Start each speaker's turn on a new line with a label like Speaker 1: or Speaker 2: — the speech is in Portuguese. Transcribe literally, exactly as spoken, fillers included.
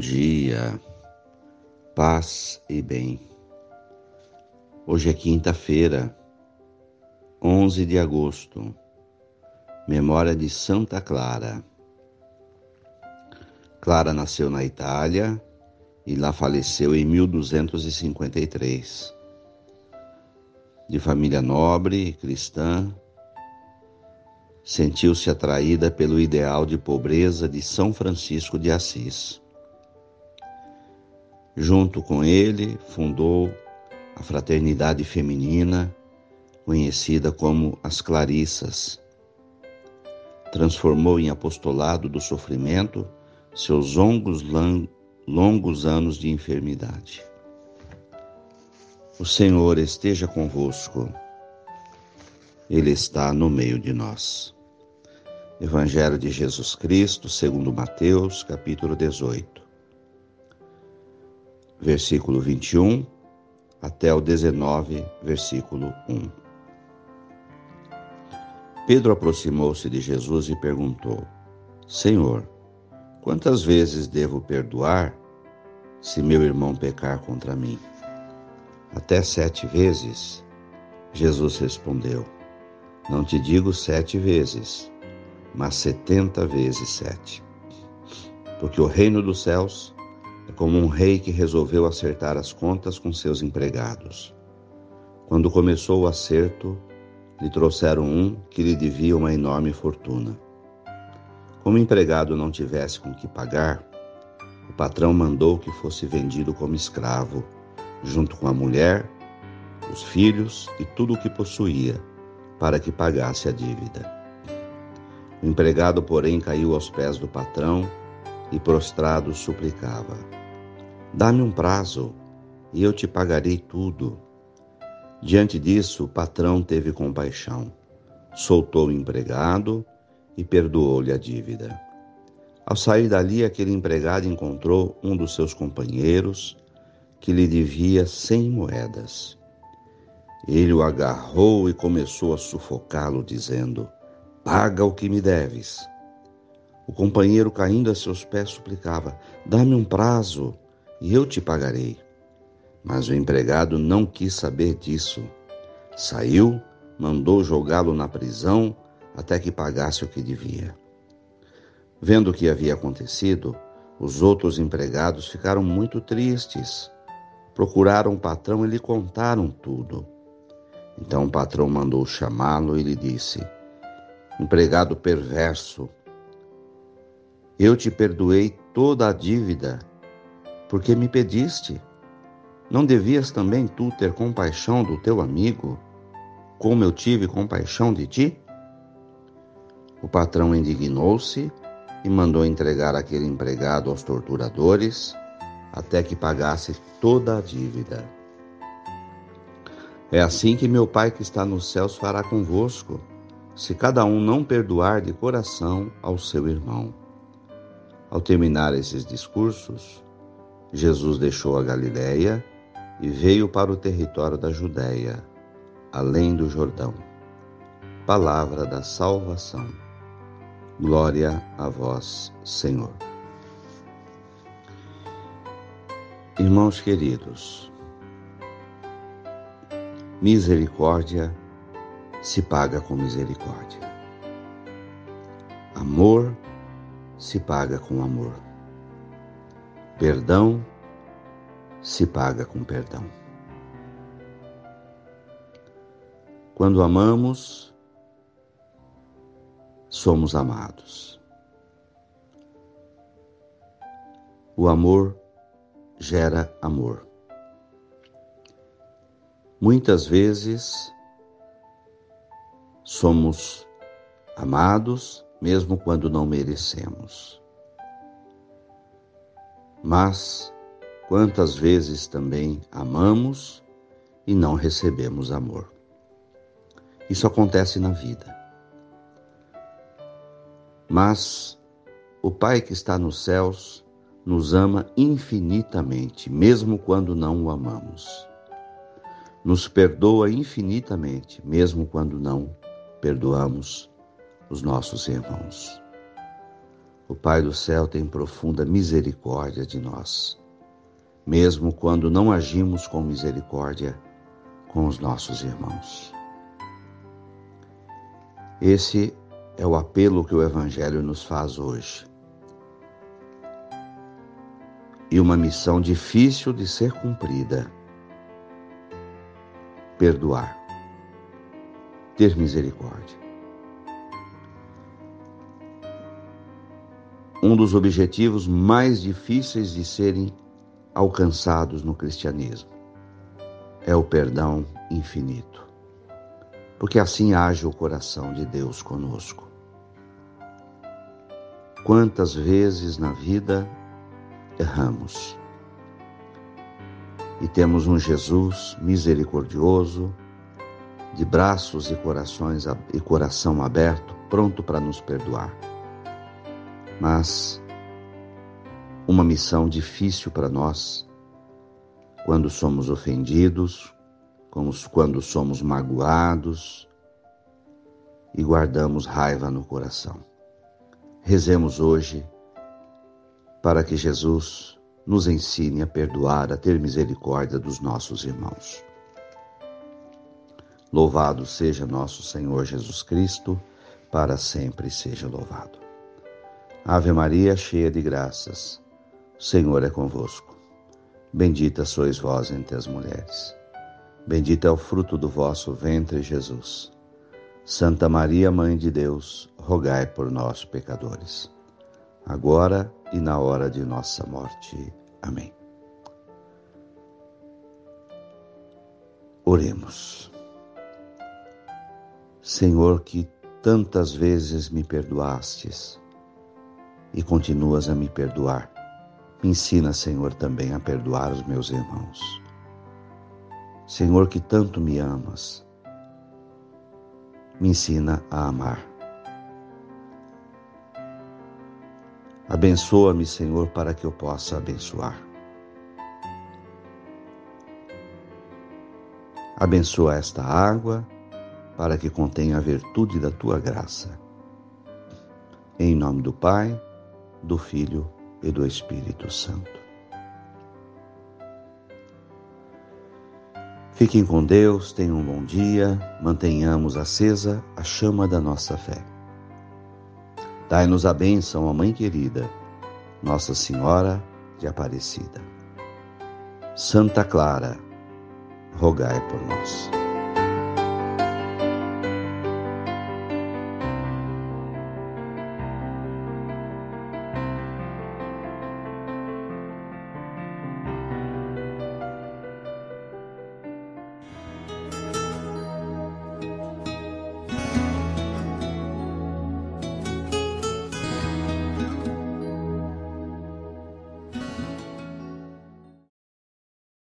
Speaker 1: dia, paz e bem. Hoje é quinta-feira, onze de agosto, memória de Santa Clara. Clara nasceu na Itália e lá faleceu em mil duzentos e cinquenta e três. De família nobre e cristã, sentiu-se atraída pelo ideal de pobreza de São Francisco de Assis. Junto com ele, fundou a fraternidade feminina, conhecida como as Clarissas. Transformou em apostolado do sofrimento seus longos, longos anos de enfermidade. O Senhor esteja convosco. Ele está no meio de nós. Evangelho de Jesus Cristo, segundo Mateus, capítulo dezoito. Versículo vinte e um até o dezenove, versículo um. Pedro aproximou-se de Jesus e perguntou: Senhor, quantas vezes devo perdoar se meu irmão pecar contra mim? Até sete vezes? Jesus respondeu: Não te digo sete vezes, mas setenta vezes sete. Porque o reino dos céus é como um rei que resolveu acertar as contas com seus empregados. Quando começou o acerto, lhe trouxeram um que lhe devia uma enorme fortuna. Como o empregado não tivesse com que pagar, o patrão mandou que fosse vendido como escravo, junto com a mulher, os filhos e tudo o que possuía, para que pagasse a dívida. O empregado, porém, caiu aos pés do patrão e prostrado suplicava: Dá-me um prazo e eu te pagarei tudo. Diante disso, o patrão teve compaixão, soltou o empregado e perdoou-lhe a dívida. Ao sair dali, aquele empregado encontrou um dos seus companheiros que lhe devia cem moedas. Ele o agarrou e começou a sufocá-lo, dizendo: Paga o que me deves. O companheiro, caindo a seus pés, suplicava: Dá-me um prazo e eu te pagarei. Mas o empregado não quis saber disso. Saiu, mandou jogá-lo na prisão até que pagasse o que devia. Vendo o que havia acontecido, os outros empregados ficaram muito tristes. Procuraram o patrão e lhe contaram tudo. Então o patrão mandou chamá-lo e lhe disse: Empregado perverso, eu te perdoei toda a dívida, porque me pediste. Não devias também tu ter compaixão do teu amigo, como eu tive compaixão de ti? O patrão indignou-se e mandou entregar aquele empregado aos torturadores, até que pagasse toda a dívida. É assim que meu Pai que está nos céus fará convosco, se cada um não perdoar de coração ao seu irmão. Ao terminar esses discursos, Jesus deixou a Galileia e veio para o território da Judéia, além do Jordão. Palavra da salvação. Glória a vós, Senhor. Irmãos queridos, misericórdia se paga com misericórdia. Amor se paga com amor. Perdão se paga com perdão. Quando amamos, somos amados. O amor gera amor. Muitas vezes somos amados mesmo quando não merecemos. Mas quantas vezes também amamos e não recebemos amor? Isso acontece na vida. Mas o Pai que está nos céus nos ama infinitamente, mesmo quando não o amamos. Nos perdoa infinitamente, mesmo quando não perdoamos os nossos irmãos. o Pai do céu tem profunda misericórdia de nós, mesmo quando não agimos com misericórdia com os nossos irmãos. Esse é o apelo que o Evangelho nos faz hoje. E uma missão difícil de ser cumprida: perdoar, ter misericórdia. Um dos objetivos mais difíceis de serem alcançados no cristianismo é o perdão infinito, porque assim age o coração de Deus conosco. Quantas vezes na vida erramos e temos um Jesus misericordioso, de braços e corações e coração aberto, pronto para nos perdoar. Mas uma missão difícil para nós, quando somos ofendidos, quando somos magoados e guardamos raiva no coração. Rezemos hoje para que Jesus nos ensine a perdoar, a ter misericórdia dos nossos irmãos. Louvado seja nosso Senhor Jesus Cristo, para sempre seja louvado. Ave Maria, cheia de graças, o Senhor é convosco. Bendita sois vós entre as mulheres. Bendito é o fruto do vosso ventre, Jesus. Santa Maria, Mãe de Deus, rogai por nós, pecadores, agora e na hora de nossa morte. Amém. Oremos. Senhor, que tantas vezes me perdoastes e continuas a me perdoar, me ensina, Senhor, também a perdoar os meus irmãos. Senhor, que tanto me amas, me ensina a amar. Abençoa-me, Senhor, para que eu possa abençoar. Abençoa esta água para que contenha a virtude da tua graça. Em nome do Pai, do Filho e do Espírito Santo. Fiquem com Deus, tenham um bom dia, mantenhamos acesa a chama da nossa fé. Dai-nos a bênção, ó Mãe querida, Nossa Senhora de Aparecida. Santa Clara, rogai por nós.